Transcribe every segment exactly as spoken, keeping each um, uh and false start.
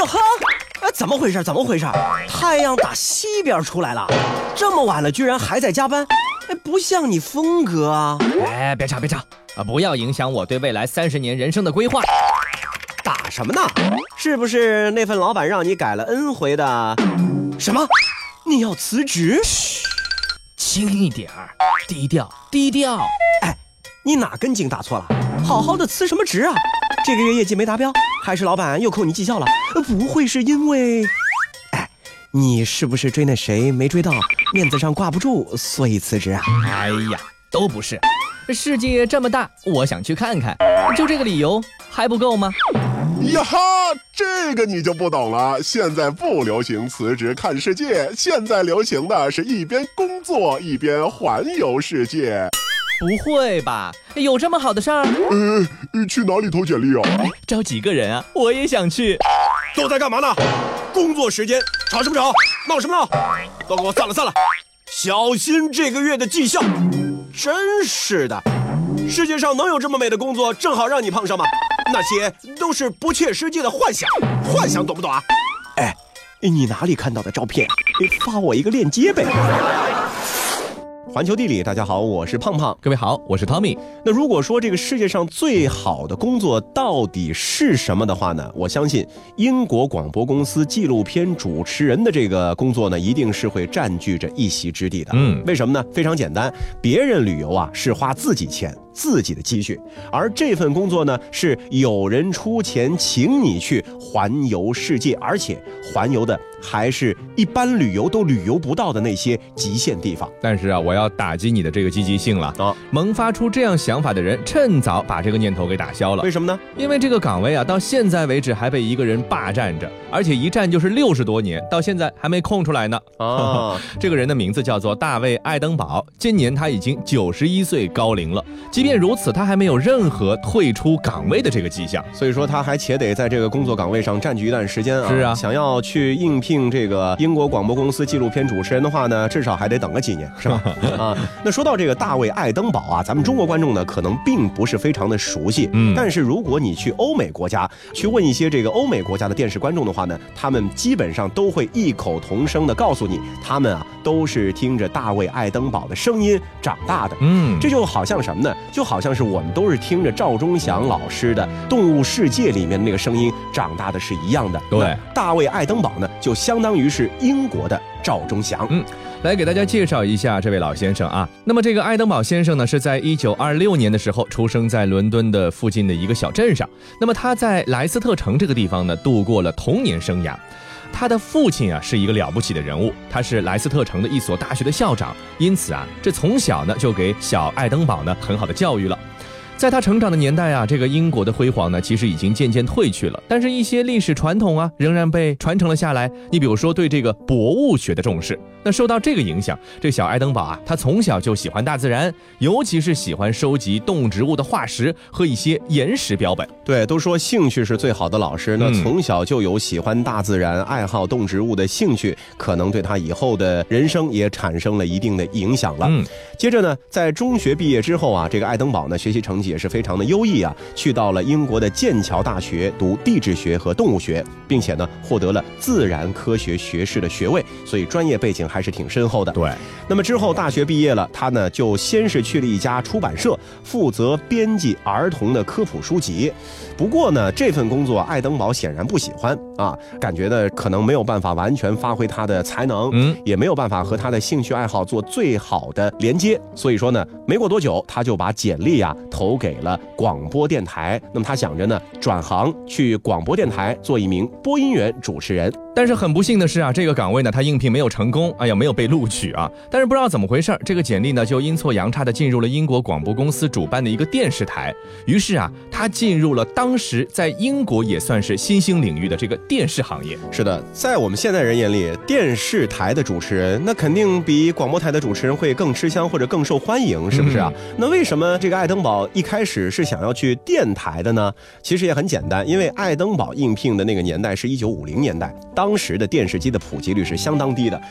哟呵，啊，怎么回事？怎么回事？太阳打西边出来了，这么晚了居然还在加班，哎，不像你风格啊！ 哎，别吵别吵啊，不要影响我对未来三十年人生的规划。 打什么呢？是不是那份老板让你改了 N 回的？什么？你要辞职？ 嘘，轻一点儿，低调低调。 哎，你哪根筋打错了？好好的辞什么职啊？这个月业绩没达标，还是老板又扣你绩效了？不会是因为……哎，你是不是追那谁没追到，面子上挂不住，所以辞职啊？ 哎呀，都不是。世界这么大，我想去看看，就这个理由还不够吗？ 呀哈，这个你就不懂了。现在不流行辞职看世界，现在流行的是一边工作一边环游世界。 不会吧？有这么好的事儿？ 呃，去哪里投简历啊？ 招几个人啊？我也想去。 都在干嘛呢？工作时间，吵什么吵？闹什么闹？都给我散了散了！小心这个月的绩效。真是的，世界上能有这么美的工作，正好让你碰上吗？那些都是不切实际的幻想，幻想懂不懂啊？哎，你哪里看到的照片？发我一个链接呗。环球地理，大家好，我是胖胖。 各位好，我是 Tommy。 那如果说这个世界上最好的工作到底是什么的话呢？我相信英国广播公司纪录片主持人的这个工作呢，一定是会占据着一席之地的。嗯，为什么呢？非常简单，别人旅游啊是花自己钱。自己的积蓄，而这份工作呢，是有人出钱请你去环游世界，而且环游的还是一般旅游都旅游不到的那些极限地方。 但是啊，我要打击你的这个积极性了啊！萌发出这样想法的人，趁早把这个念头给打消了。 为什么呢？ 因为这个岗位啊，到现在为止还被一个人霸占着，而且一占就是六十多年，到现在还没空出来呢。啊，这个人的名字叫做大卫·爱登堡，今年他已经九十一岁高龄了。即便如此，他还没有任何退出岗位的这个迹象， 所以说他还且得在这个工作岗位上占据一段时间啊。 是啊， 想要去应聘这个英国广播公司纪录片主持人的话呢，至少还得等个几年，是吧？啊，那说到这个大卫·爱登堡啊，咱们中国观众呢可能并不是非常的熟悉，嗯，但是如果你去欧美国家去问一些这个欧美国家的电视观众的话呢，他们基本上都会异口同声的告诉你，他们啊都是听着大卫·爱登堡的声音长大的。嗯，这就好像什么呢？就好像是我们都是听着赵忠祥老师的《动物世界》里面的那个声音长大的是一样的。 对， 大卫·爱登堡呢，就相当于是英国的赵忠祥。 嗯，来给大家介绍一下这位老先生啊。那么这个爱登堡先生呢，是在一九二六年的时候出生在伦敦的附近的一个小镇上。那么他在莱斯特城这个地方呢，度过了童年生涯。他的父亲啊是一个了不起的人物，他是莱斯特城的一所大学的校长，因此啊，这从小呢就给小爱登堡呢很好的教育了。在他成长的年代啊，这个英国的辉煌呢，其实已经渐渐褪去了，但是一些历史传统啊，仍然被传承了下来。你比如说对这个博物学的重视，那受到这个影响，这小爱登堡啊，他从小就喜欢大自然，尤其是喜欢收集动植物的化石和一些岩石标本。 对，都说兴趣是最好的老师，那从小就有喜欢大自然、爱好动植物的兴趣，可能对他以后的人生也产生了一定的影响了。嗯，接着呢，在中学毕业之后啊，这个爱登堡呢，学习成绩也是非常的优异啊，去到了英国的剑桥大学读地质学和动物学，并且呢获得了自然科学学士的学位，所以专业背景还是挺深厚的。 对， 那么之后大学毕业了，他呢就先是去了一家出版社，负责编辑儿童的科普书籍。不过呢，这份工作爱登堡显然不喜欢啊，感觉呢可能没有办法完全发挥他的才能，嗯，也没有办法和他的兴趣爱好做最好的连接，所以说呢，没过多久他就把简历啊投给了广播电台。那么他想着呢，转行去广播电台做一名播音员主持人。 但是很不幸的是啊，这个岗位呢，他应聘没有成功，哎呀，没有被录取啊。但是不知道怎么回事，这个简历呢就阴错阳差的进入了英国广播公司主办的一个电视台。于是啊，他进入了当时在英国也算是新兴领域的这个电视行业。 是的，在我们现代人眼里，电视台的主持人那肯定比广播台的主持人会更吃香或者更受欢迎，是不是啊？嗯、那为什么这个爱登堡一开始是想要去电台的呢？其实也很简单，因为爱登堡应聘的那个年代是一九五零年代，当时的电视机的普及率是相当低的，那基本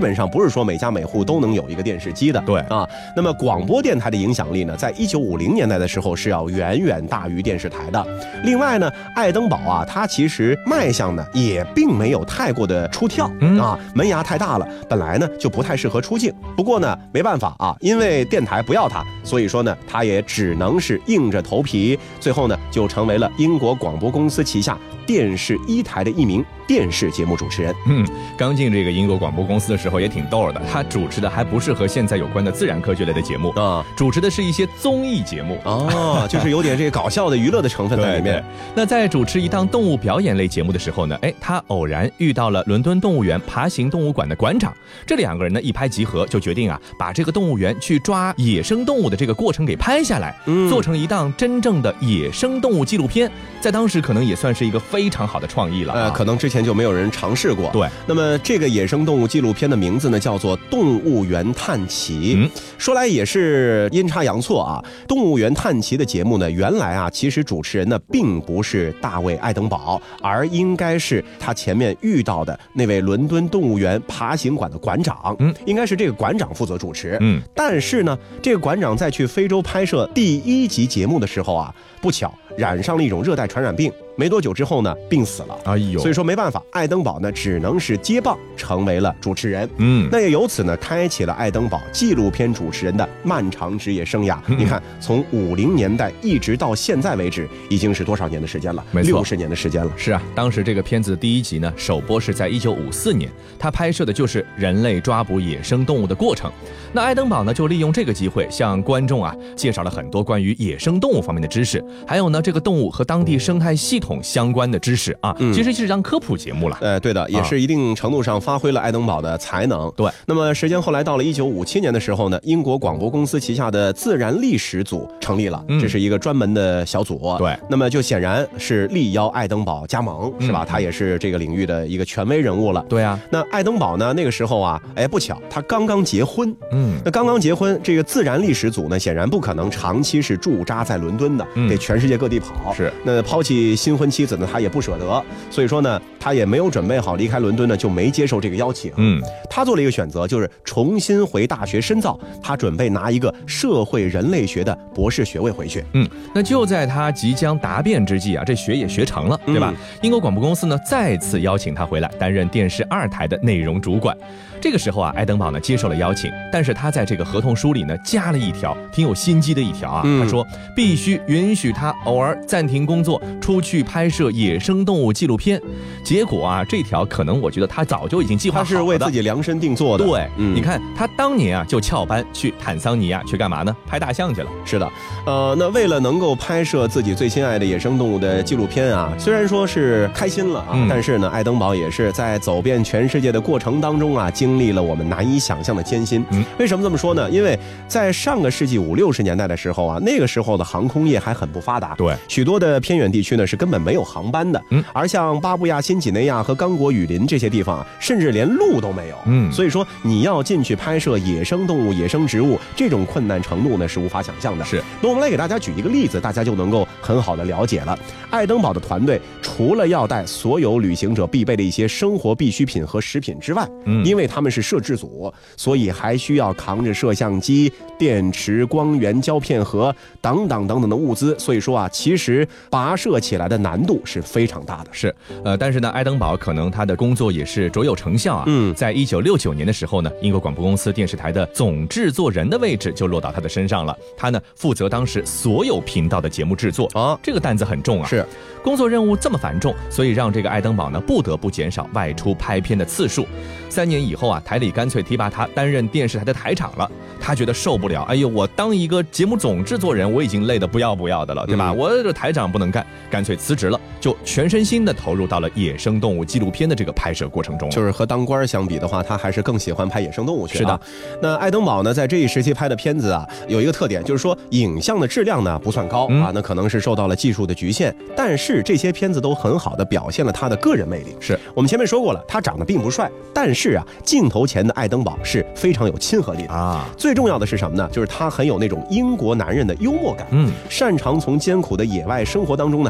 本上不是说每家每户都能有一个电视机的。 对啊，那么广播电台的影响力呢，在一九五零年代的时候是要远远大于电视台的。另外呢，爱登堡啊，它其实卖相呢也并没有太过的出挑、嗯、啊，门牙太大了，本来呢就不太适合出镜。不过呢，没办法啊，因为电台不要它，所以说呢，它也只能是硬着头皮，最后呢就成为了英国广播公司旗下电视一台的一名电视节目主持人。 嗯，刚进这个英国广播公司的时候也挺逗的，他主持的还不是和现在有关的自然科学类的节目啊，主持的是一些综艺节目哦，就是有点这个搞笑的娱乐的成分在里面。 对对，那在主持一档动物表演类节目的时候呢，哎，他偶然遇到了伦敦动物园爬行动物馆的馆长，这两个人呢一拍即合，就决定啊把这个动物园去抓野生动物的这个过程给拍下来，嗯、做成一档真正的野生动物纪录片，在当时可能也算是一个非常好的创意了、啊。 呃，可能之前就没有人尝试过。 对， 那么这个野生动物纪录片的名字呢，叫做《动物园探奇》。嗯，说来也是阴差阳错啊，《动物园探奇》的节目呢，原来啊，其实主持人呢并不是大卫·爱登堡，而应该是他前面遇到的那位伦敦动物园爬行馆的馆长。嗯，应该是这个馆长负责主持。嗯，但是呢，这个馆长在去非洲拍摄第一集节目的时候啊，不巧染上了一种热带传染病。没多久之后呢，病死了。哎呦，所以说没办法，爱登堡呢只能是接棒，成为了主持人。嗯，那也由此呢，开启了爱登堡纪录片主持人的漫长职业生涯。嗯、你看，从五零年代一直到现在为止，已经是多少年的时间了？ 没错， 六十年的时间了。 是啊，当时这个片子的第一集呢，首播是在一九五四年，他拍摄的就是人类抓捕野生动物的过程。那爱登堡呢，就利用这个机会向观众啊介绍了很多关于野生动物方面的知识，还有呢，这个动物和当地生态系统相关的知识啊，嗯、其实是一档科普节目了。 呃，对的，也是一定程度上发挥了爱登堡的才能。 对， 那么时间后来到了一九五七年的时候呢，英国广播公司旗下的自然历史组成立了，嗯、这是一个专门的小组。 对， 那么就显然是力邀爱登堡加盟，嗯、是吧？他也是这个领域的一个权威人物了。 对啊， 那爱登堡呢，那个时候啊，哎，不巧，他刚刚结婚。嗯，那刚刚结婚，这个自然历史组呢，显然不可能长期是驻扎在伦敦的，嗯、得全世界各地跑。 是， 那抛弃新婚妻子呢，他也不舍得，所以说呢，他也没有准备好离开伦敦呢，就没接受这个邀请。嗯，他做了一个选择，就是重新回大学深造，他准备拿一个社会人类学的博士学位回去。 嗯，那就在他即将答辩之际啊，这学也学成了，对吧？嗯、英国广播公司呢再次邀请他回来担任电视二台的内容主管。这个时候啊，爱登堡呢接受了邀请，但是他在这个合同书里呢加了一条挺有心机的一条啊，嗯、他说必须允许他偶尔暂停工作，出去拍摄野生动物纪录片。结果啊，这条可能我觉得他早就已经计划好了， 他是为自己量身定做的。 对，嗯、你看他当年啊就翘班去坦桑尼亚去干嘛呢？拍大象去了。 是的，呃，那为了能够拍摄自己最心爱的野生动物的纪录片啊，虽然说是开心了啊，嗯、但是呢，爱登堡也是在走遍全世界的过程当中啊，经历了我们难以想象的艰辛。嗯、为什么这么说呢？因为在上个世纪五六十年代的时候啊，那个时候的航空业还很不发达， 对， 许多的偏远地区呢是根本没有航班的。嗯，而像巴布亚新几内亚和刚果雨林这些地方啊，甚至连路都没有。嗯，所以说你要进去拍摄野生动物、野生植物，这种困难程度呢是无法想象的。 是， 那我们来给大家举一个例子，大家就能够很好的了解了。爱登堡的团队除了要带所有旅行者必备的一些生活必需品和食品之外，嗯，因为他们是摄制组，所以还需要扛着摄像机、电池、光源、胶片盒等等等等的物资。所以说啊，其实跋涉起来的难度是非常大的。 是，呃，但是呢，爱登堡可能他的工作也是卓有成效啊。嗯，在一九六九年的时候呢，英国广播公司电视台的总制作人的位置就落到他的身上了。他呢，负责当时所有频道的节目制作啊，这个担子很重啊。 是， 工作任务这么繁重，所以让这个爱登堡呢不得不减少外出拍片的次数。三年以后啊，台里干脆提拔他担任电视台的台长了。他觉得受不了，哎呦，我当一个节目总制作人，我已经累得不要不要的了，对吧？嗯、我这台长不能干，干脆辞职了，就全身心的投入到了野生动物纪录片的这个拍摄过程中。 就是和当官相比的话，他还是更喜欢拍野生动物去。 是的， 那爱登堡呢，在这一时期拍的片子啊，有一个特点，就是说影像的质量呢不算高、嗯、啊，那可能是受到了技术的局限，但是这些片子都很好的表现了他的个人魅力。 是我们前面说过了，他长得并不帅，但是啊，镜头前的爱登堡是非常有亲和力的啊。最重要的是什么呢？就是他很有那种英国男人的幽默感，嗯，擅长从艰苦的野外生活当中呢寻找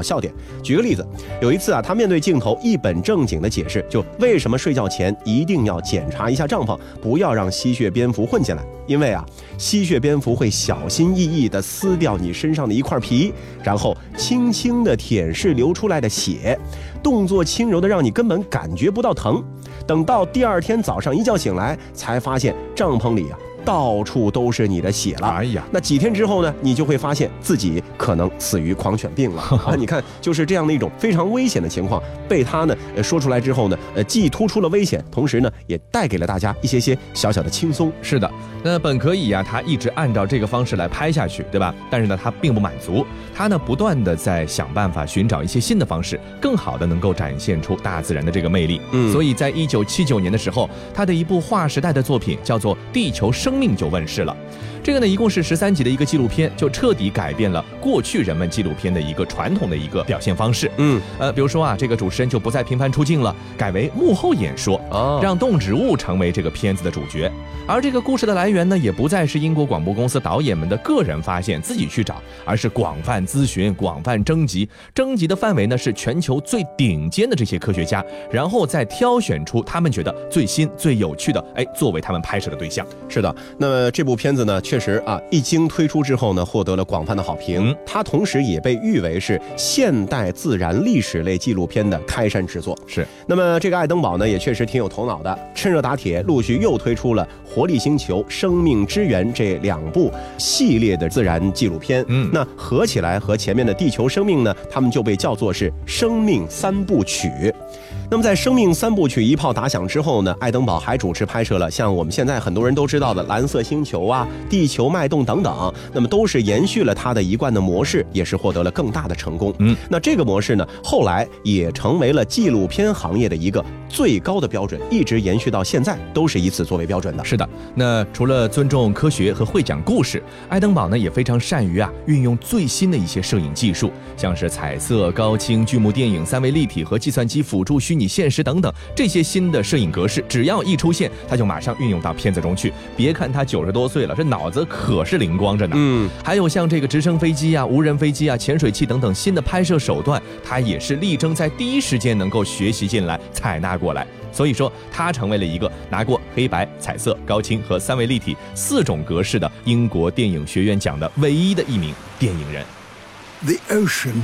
笑点。举个例子，有一次啊，他面对镜头一本正经的解释，就为什么睡觉前一定要检查一下帐篷，不要让吸血蝙蝠混进来。因为啊，吸血蝙蝠会小心翼翼地撕掉你身上的一块皮，然后轻轻地舔舐流出来的血，动作轻柔的让你根本感觉不到疼。等到第二天早上一觉醒来，才发现帐篷里啊到处都是你的血了。 哎呀， 那几天之后呢，你就会发现自己可能死于狂犬病了啊！你看，就是这样的一种非常危险的情况，被他呢说出来之后呢，呃，既突出了危险，同时呢，也带给了大家一些些小小的轻松。 是的，那本可以呀、啊，他一直按照这个方式来拍下去，对吧？但是呢，他并不满足，他呢不断的在想办法寻找一些新的方式，更好的能够展现出大自然的这个魅力。嗯，所以在一九七九年的时候，他的一部划时代的作品叫做《地球生命》就问世了。这个呢，一共是十三集的一个纪录片，就彻底改变了过去人们纪录片的一个传统的一个表现方式。嗯，呃，比如说啊，这个主持人就不再频繁出镜了，改为幕后演说，哦，让动植物成为这个片子的主角。而这个故事的来源呢，也不再是英国广播公司导演们的个人发现，自己去找，而是广泛咨询、广泛征集。征集的范围呢，是全球最顶尖的这些科学家，然后再挑选出他们觉得最新、最有趣的，哎，作为他们拍摄的对象。 是的，那么这部片子呢，确实啊，一经推出之后呢，获得了广泛的好评。嗯，它同时也被誉为是现代自然历史类纪录片的开山之作。 是， 那么这个爱登堡呢，也确实挺有头脑的，趁热打铁，陆续又推出了《活力星球》《生命之源》这两部系列的自然纪录片。嗯，那合起来和前面的《地球生命》呢，他们就被叫做是生命三部曲。那么在生命三部曲一炮打响之后呢，爱登堡还主持拍摄了像我们现在很多人都知道的蓝色星球啊、地球脉动等等，那么都是延续了他的一贯的模式，也是获得了更大的成功。嗯，那这个模式呢，后来也成为了纪录片行业的一个最高的标准，一直延续到现在都是以此作为标准的。 是的，那除了尊重科学和会讲故事，爱登堡呢也非常善于啊运用最新的一些摄影技术，像是彩色、高清、剧目电影、三维立体和计算机辅助虚拟现实等等这些新的摄影格式，只要一出现，他就马上运用到片子中去。别看他九十多岁了，这脑子可是灵光着呢。嗯，还有像这个直升飞机啊、无人飞机啊、潜水器等等新的拍摄手段，他也是力争在第一时间能够学习进来、采纳过来。所以说，他成为了一个拿过黑白、彩色、高清和三维立体四种格式的英国电影学院奖的唯一的一名电影人。 The ocean,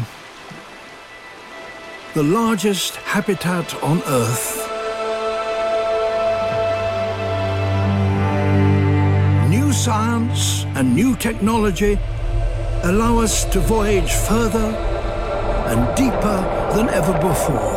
the largest habitat on Earth. New science and new technology allow us to voyage further and deeper than ever before.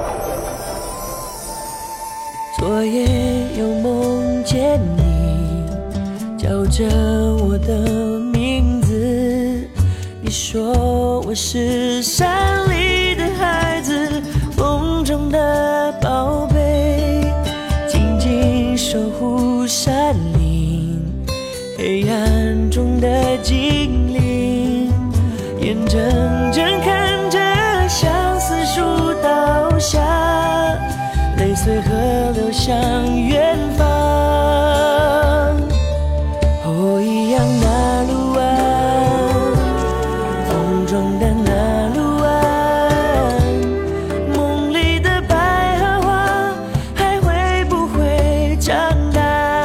昨夜又梦见你叫着我的名字，你说我是山里的孩子，梦中的宝贝，紧紧守护山林，黑暗中的精灵，眼睁睁看着相思树倒下，泪随河流向远方。哦，一样那路岸，风中的那路岸，梦里的百合花还会不会长大？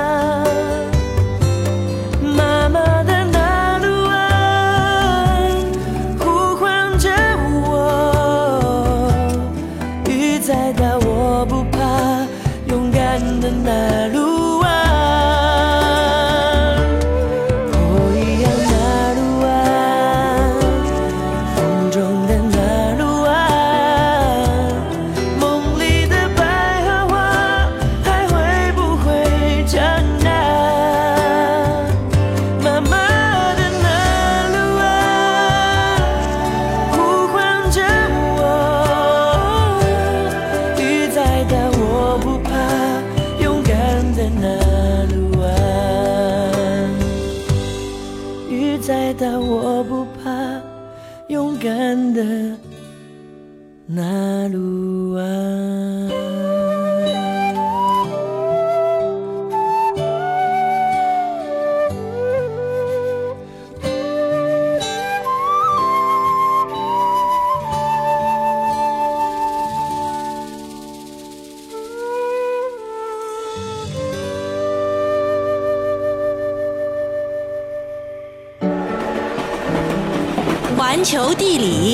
妈妈的那路岸，呼唤着我，雨再大我不怕，勇敢的那路岸。哦，一样那路岸，风中的那路岸，梦里的百合花还会不会长大？妈妈的那路岸，呼唤着我，雨再大我不怕，勇敢的那路岸，雨再大我不怕，勇敢的那路岸。 环球地理。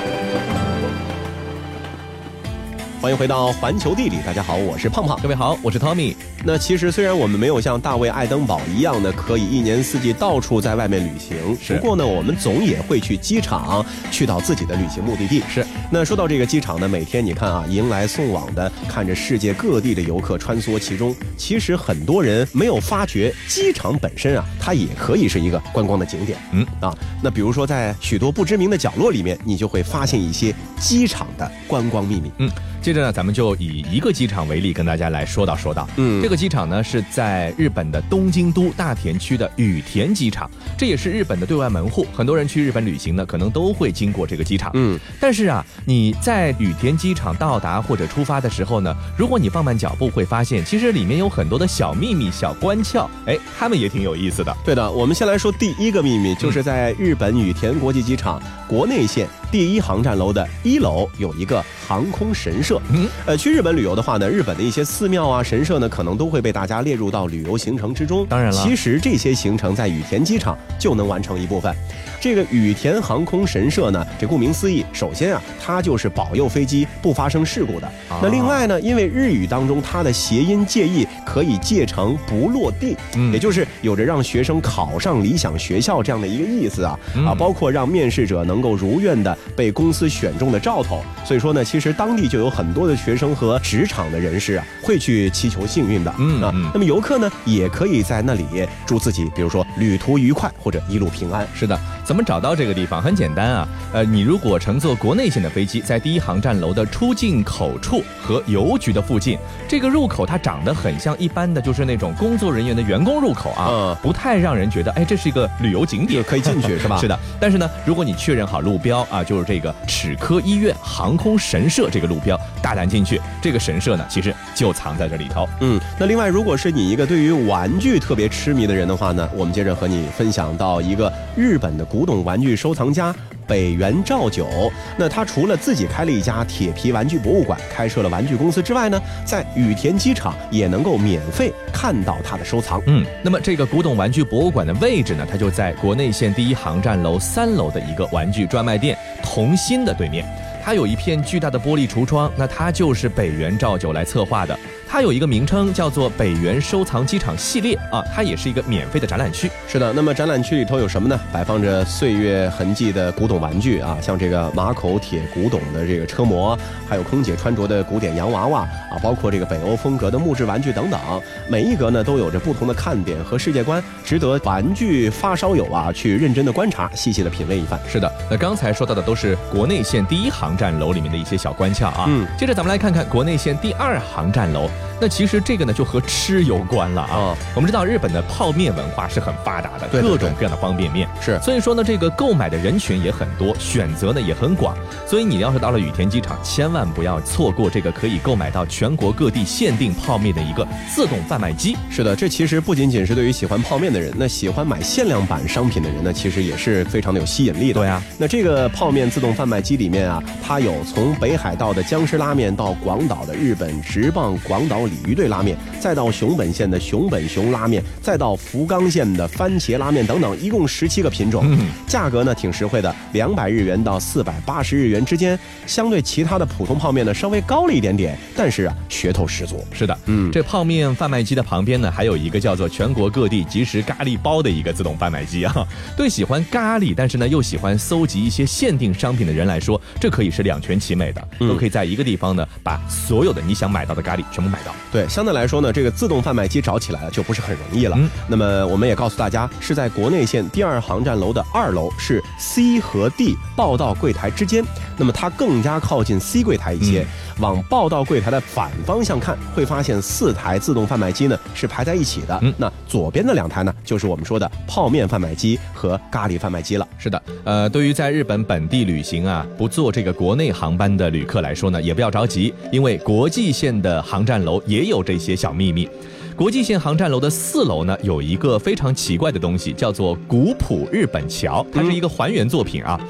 欢迎回到环球地理，大家好，我是胖胖。 各位好，我是 Tommy。 那其实虽然我们没有像大卫爱登堡一样的可以一年四季到处在外面旅行，不过呢，我们总也会去机场，去到自己的旅行目的地。 是。 那说到这个机场呢，每天你看啊，迎来送往的，看着世界各地的游客穿梭其中，其实很多人没有发觉，机场本身啊，它也可以是一个观光的景点。嗯啊，那比如说在许多不知名的角落里面，你就会发现一些机场的观光秘密。 嗯。接着呢，咱们就以一个机场为例，跟大家来说道说道。嗯，这个机场呢是在日本的东京都大田区的羽田机场，这也是日本的对外门户。很多人去日本旅行呢，可能都会经过这个机场。嗯，但是啊，你在羽田机场到达或者出发的时候呢，如果你放慢脚步，会发现其实里面有很多的小秘密、小关窍，哎，他们也挺有意思的。 对的，我们先来说第一个秘密，就是在日本羽田国际机场国内线第一航站楼的一楼有一个航空神社。嗯，呃，去日本旅游的话呢，日本的一些寺庙啊、神社呢，可能都会被大家列入到旅游行程之中。 当然了， 其实这些行程在羽田机场就能完成一部分。这个羽田航空神社呢，这顾名思义，首先啊，它就是保佑飞机不发生事故的。啊、那另外呢，因为日语当中它的谐音借意可以借成不落地，嗯、也就是有着让学生考上理想学校这样的一个意思啊、嗯、啊，包括让面试者能够如愿的被公司选中的兆头。所以说呢，其实当地就有很多的学生和职场的人士啊，会去祈求幸运的。嗯啊，那么游客呢，也可以在那里祝自己，比如说旅途愉快或者一路平安。 是的。怎么找到这个地方？很简单啊，呃，你如果乘坐国内线的飞机，在第一航站楼的出境口处和邮局的附近，这个入口它长得很像一般的，就是那种工作人员的员工入口啊，嗯，不太让人觉得，哎，这是一个旅游景点， 可以进去是吧？ 是的。但是呢，如果你确认好路标啊，就是这个齿科医院航空神社这个路标，大胆进去，这个神社呢，其实就藏在这里头。 嗯，那另外，如果是你一个对于玩具特别痴迷的人的话呢，我们接着和你分享到一个日本的古董玩具收藏家北原照久。那他除了自己开了一家铁皮玩具博物馆，开设了玩具公司之外呢，在羽田机场也能够免费看到他的收藏。 嗯，那么这个古董玩具博物馆的位置呢，它就在国内线第一航站楼三楼的一个玩具专卖店同心的对面。它有一片巨大的玻璃橱窗，那它就是北原照久来策划的。它有一个名称叫做北原收藏机场系列啊，它也是一个免费的展览区。 是的，那么展览区里头有什么呢？摆放着岁月痕迹的古董玩具啊，像这个马口铁古董的这个车模，还有空姐穿着的古典洋娃娃啊，包括这个北欧风格的木质玩具等等。每一格呢都有着不同的看点和世界观，值得玩具发烧友啊去认真的观察、细细的品味一番。 是的，那刚才说到的都是国内线第一航站楼里面的一些小关窍啊。嗯，接着咱们来看看国内线第二航站楼。那其实这个呢就和吃有关了啊、哦。我们知道日本的泡面文化是很发达的， 对对对， 各种各样的方便面是， 所以说呢这个购买的人群也很多，选择呢也很广。所以你要是到了羽田机场，千万不要错过这个可以购买到全国各地限定泡面的一个自动贩卖机。 是的，这其实不仅仅是对于喜欢泡面的人，那喜欢买限量版商品的人呢，其实也是非常的有吸引力的。 对啊， 那这个泡面自动贩卖机里面啊，它有从北海道的僵尸拉面到广岛的日本职棒广岛鲤鱼队拉面，再到熊本县的熊本熊拉面，再到福冈县的番茄拉面等等，一共十七个品种，嗯、价格呢挺实惠的，两百日元到四百八十日元之间，相对其他的普通泡面呢稍微高了一点点，但是啊噱头十足。 是的，嗯，这泡面贩卖机的旁边呢还有一个叫做全国各地即时咖喱包的一个自动贩卖机啊，对喜欢咖喱但是呢又喜欢搜集一些限定商品的人来说，这可以是两全其美的，嗯、都可以在一个地方呢把所有的你想买到的咖喱全部买到。 对，相对来说呢，这个自动贩卖机找起来就不是很容易了。嗯、那么我们也告诉大家，是在国内线第二航站楼的二楼，是 C 和 D 报到柜台之间。那么它更加靠近 C 柜台一些，嗯、往报到柜台的反方向看，会发现四台自动贩卖机呢是排在一起的。嗯、那左边的两台呢，就是我们说的泡面贩卖机和咖喱贩卖机了。 是的，呃，对于在日本本地旅行啊，不坐这个国内航班的旅客来说呢，也不要着急，因为国际线的航站楼也有这些小秘密。国际线航站楼的四楼呢，有一个非常奇怪的东西，叫做古朴日本桥，它是一个还原作品啊。它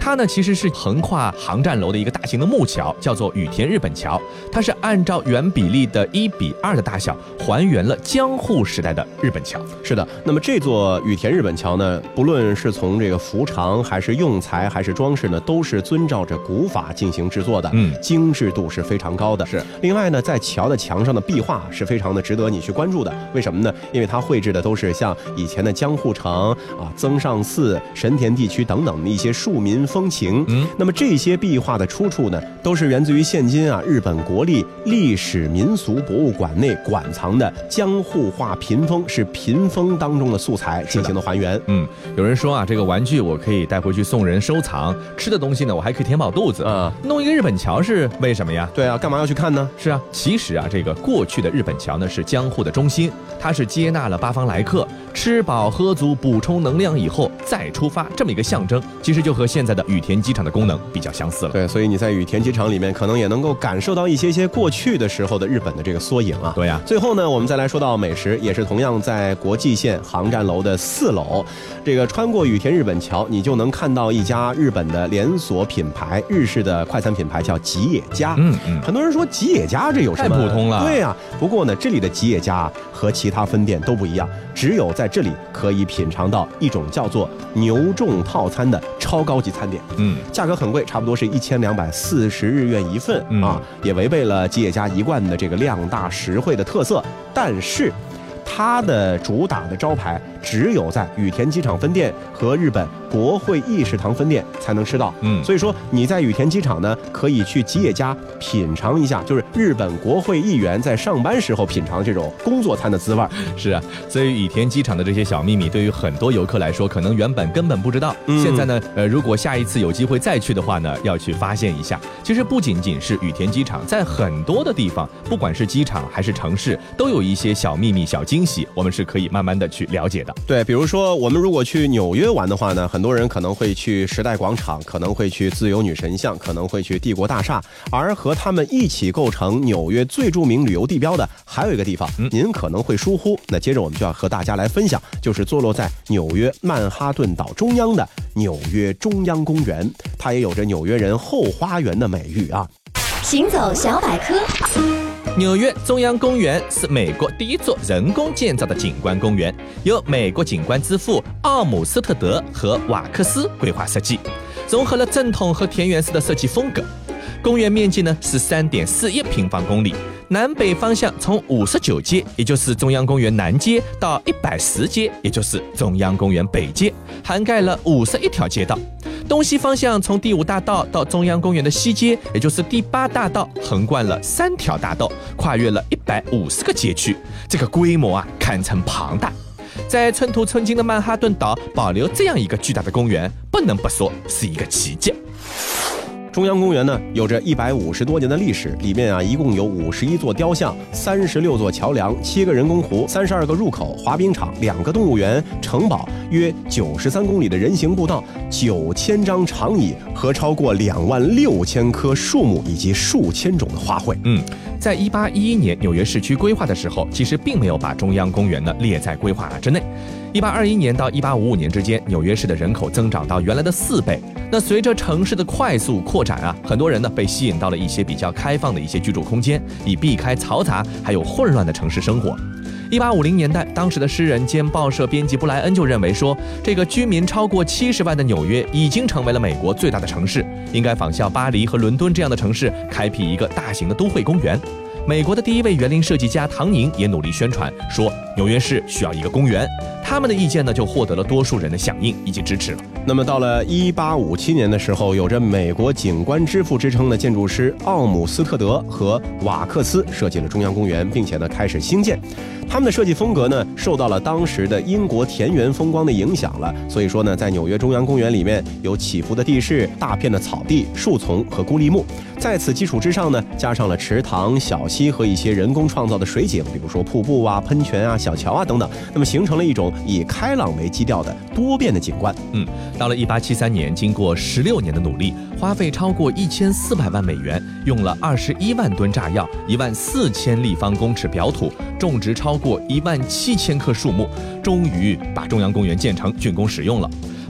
它呢其实是横跨航站楼的一个大型的木桥，叫做羽田日本桥。它是按照原比例的一比二的大小，还原了江户时代的日本桥。 是的，那么这座羽田日本桥呢，不论是从这个幅长还是用材还是装饰呢，都是遵照着古法进行制作的，嗯，精致度是非常高的。 是。 另外呢，在桥的墙上的壁画是非常的值得你去关注的。为什么呢？因为它绘制的都是像以前的江户城啊、增上寺、神田地区等等的一些庶民风情。嗯，那么这些壁画的出处呢，都是源自于现今啊日本国立历史民俗博物馆内馆藏的江户画屏风，是屏风当中的素材进行的还原。 嗯，有人说啊，这个玩具我可以带回去送人收藏，吃的东西呢我还可以填饱肚子啊。弄一个日本桥是为什么呀？ 对啊，干嘛要去看呢？ 是啊，其实啊，这个过去的日本桥呢是江户的中心，它是接纳了八方来客，吃饱喝足补充能量以后再出发这么一个象征，其实就和现在的羽田机场的功能比较相似了。 对，所以你在羽田机场里面可能也能够感受到一些些过去的时候的日本的这个缩影啊。 对呀、啊。 最后呢，我们再来说到美食，也是同样在国际线航站楼的四楼，这个穿过羽田日本桥，你就能看到一家日本的连锁品牌，日式的快餐品牌叫吉野家。嗯嗯。很多人说吉野家这有什么？ 太普通了。 对呀、啊。不过呢，这里的吉野家和其他分店都不一样，只有在这里可以品尝到一种叫做牛重套餐的超高级餐点。嗯，价格很贵，差不多是一千两百四十日元一份、嗯、啊，也违背了吉野家一贯的这个量大实惠的特色。但是它的主打的招牌只有在羽田机场分店和日本国会议食堂分店才能吃到。嗯，所以说你在羽田机场呢，可以去吉野家品尝一下，就是日本国会议员在上班时候品尝这种工作餐的滋味。 是啊，所以羽田机场的这些小秘密，对于很多游客来说，可能原本根本不知道。嗯、现在呢，呃，如果下一次有机会再去的话呢，要去发现一下。其实不仅仅是羽田机场，在很多的地方，不管是机场还是城市，都有一些小秘密、小惊喜，我们是可以慢慢的去了解的。 对，比如说我们如果去纽约玩的话呢，很多人可能会去时代广场，可能会去自由女神像，可能会去帝国大厦，而和他们一起构成纽约最著名旅游地标的还有一个地方，嗯、您可能会疏忽。那接着我们就要和大家来分享，就是坐落在纽约曼哈顿岛中央的纽约中央公园，它也有着纽约人后花园的美誉啊。 行走小百科。 纽约中央公园是美国第一座人工建造的景观公园，由美国景观之父奥姆斯特德和瓦克斯规划设计，融合了正统和田园式的设计风格。公园面积呢是 三点四一平方公里，南北方向从五十九街，也就是中央公园南街，到一百十街，也就是中央公园北街，涵盖了五十一条街道。东西方向从第五大道到中央公园的西街，也就是第八大道，横贯了三条大道，跨越了一百五十个街区，这个规模啊堪称庞大。在寸土寸金的曼哈顿岛保留这样一个巨大的公园，不能不说是一个奇迹。 中央公园呢，有着一百五十多年的历史，里面啊一共有五十一座雕像、三十六座桥梁、七个人工湖、三十二个入口、滑冰场、两个动物园、城堡、约九十三公里的人行步道、九千张长椅和超过两万六千棵树木以及数千种的花卉。 嗯，在一八一一年纽约市区规划的时候，其实并没有把中央公园呢列在规划之内。一八二一年到一八五五年之间，纽约市的人口增长到原来的四倍。那随着城市的快速扩展啊，很多人呢被吸引到了一些比较开放的一些居住空间，以避开嘈杂还有混乱的城市生活。一八五零年代，当时的诗人兼报社编辑布莱恩就认为说，这个居民超过七十万的纽约已经成为了美国最大的城市，应该仿效巴黎和伦敦这样的城市，开辟一个大型的都会公园。美国的第一位园林设计家唐宁也努力宣传说，纽约市需要一个公园。他们的意见呢，就获得了多数人的响应以及支持了。 那么到了一八五七年的时候，有着美国景观之父之称的建筑师奥姆斯特德和瓦克斯设计了中央公园，并且呢开始兴建。他们的设计风格呢，受到了当时的英国田园风光的影响了。所以说呢，在纽约中央公园里面有起伏的地势、大片的草地、树丛和孤立木。在此基础之上呢，加上了池塘、小溪和一些人工创造的水景，比如说瀑布啊、喷泉啊、小桥啊等等，那么形成了一种以开朗为基调的多变的景观。 嗯，到了一八七三年，经过十六年的努力，花费超过一千四百万美元，用了二十一万吨炸药、一万四千立方公尺表土，种植超过一万七千棵树木，终于把中央公园建成，竣工使用了。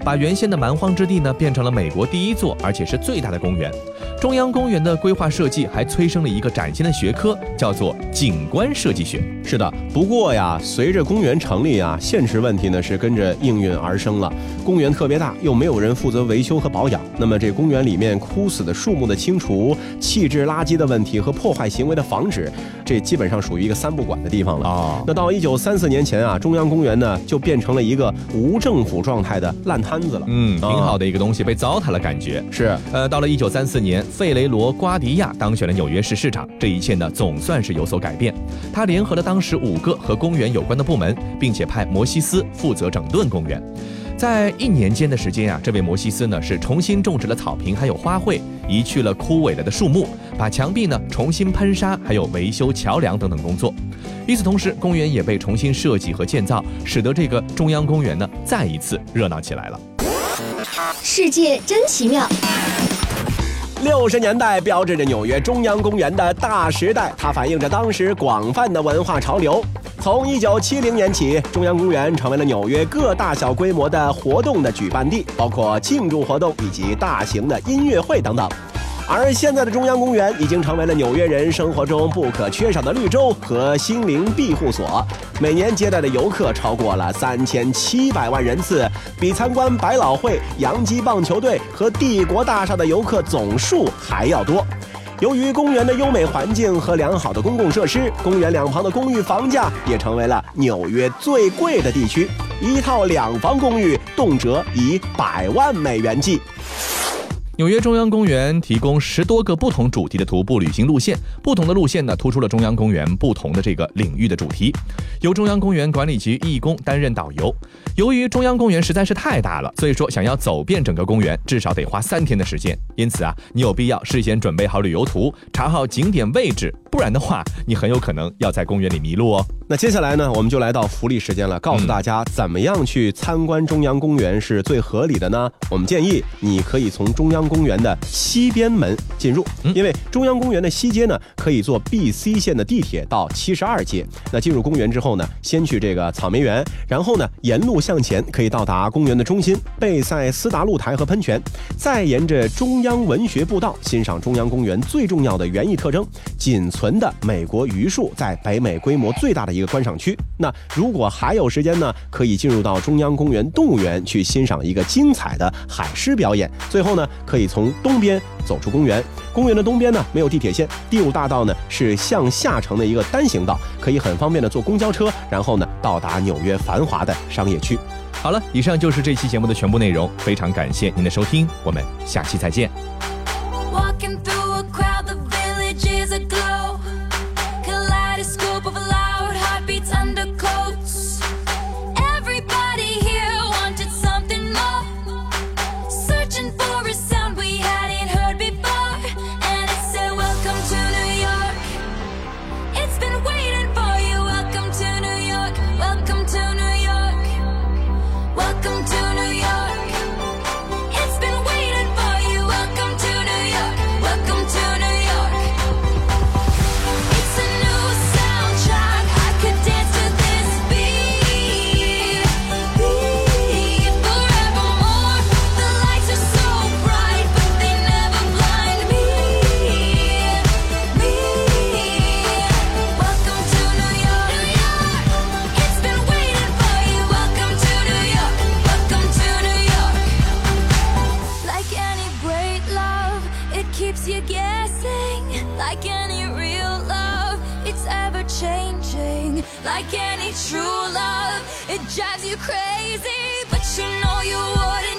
把原先的蛮荒之地呢变成了美国第一座而且是最大的公园。中央公园的规划设计还催生了一个崭新的学科，叫做景观设计学。 是的，不过呀，随着公园成立啊，现实问题呢是跟着应运而生了。公园特别大，又没有人负责维修和保养，那么这公园里面枯死的树木的清除、弃置垃圾的问题和破坏行为的防止，这基本上属于一个三不管的地方了。哦，那到一九三四年前啊，中央公园呢就变成了一个无政府状态的烂摊子了。 嗯，挺好的一个东西被糟蹋了，感觉是。 呃，到了一九三四年，费雷罗·瓜迪亚当选了纽约市市长，这一切呢总算是有所改变。他联合了当时五个和公园有关的部门，并且派摩西斯负责整顿公园。在一年间的时间啊，这位摩西斯呢是重新种植了草坪，还有花卉，移去了枯萎了的树木，把墙壁呢重新喷砂，还有维修桥梁等等工作。与此同时，公园也被重新设计和建造，使得这个中央公园呢再一次热闹起来了。 世界真奇妙。 六十年代标志着纽约中央公园的大时代，它反映着当时广泛的文化潮流。从一九七零年起，中央公园成为了纽约各大小规模的活动的举办地，包括庆祝活动以及大型的音乐会等等。而现在的中央公园已经成为了纽约人生活中不可缺少的绿洲和心灵庇护所，每年接待的游客超过了三千七百万人次，比参观百老汇、洋基棒球队和帝国大厦的游客总数还要多。由于公园的优美环境和良好的公共设施，公园两旁的公寓房价也成为了纽约最贵的地区，一套两房公寓动辄以百万美元计。 纽约中央公园提供十多个不同主题的徒步旅行路线，不同的路线呢突出了中央公园不同的这个领域的主题，由中央公园管理局义工担任导游。由于中央公园实在是太大了，所以说想要走遍整个公园至少得花三天的时间，因此啊，你有必要事先准备好旅游图，查好景点位置，不然的话你很有可能要在公园里迷路哦。 那接下来呢，我们就来到福利时间了，告诉大家怎么样去参观中央公园是最合理的呢？我们建议你可以从中央公园的西边门进入，因为中央公园的西街呢可以坐 B C 线的地铁到七十二街。那进入公园之后呢，先去这个草莓园，然后呢沿路向前可以到达公园的中心贝塞斯达露台和喷泉，再沿着中央文学步道欣赏中央公园最重要的园艺特征——仅存的美国榆树，在北美规模最大的一个观赏区。那如果还有时间呢，可以进入到中央公园动物园去欣赏一个精彩的海狮表演。最后呢，可以从东边走出公园。公园的东边呢没有地铁线，第五大道呢是向下城的一个单行道，可以很方便的坐公交车，然后呢到达纽约繁华的商业区。 好了，以上就是这期节目的全部内容，非常感谢您的收听，我们下期再见。 Like any true love, it drives you crazy, but you know you wouldn't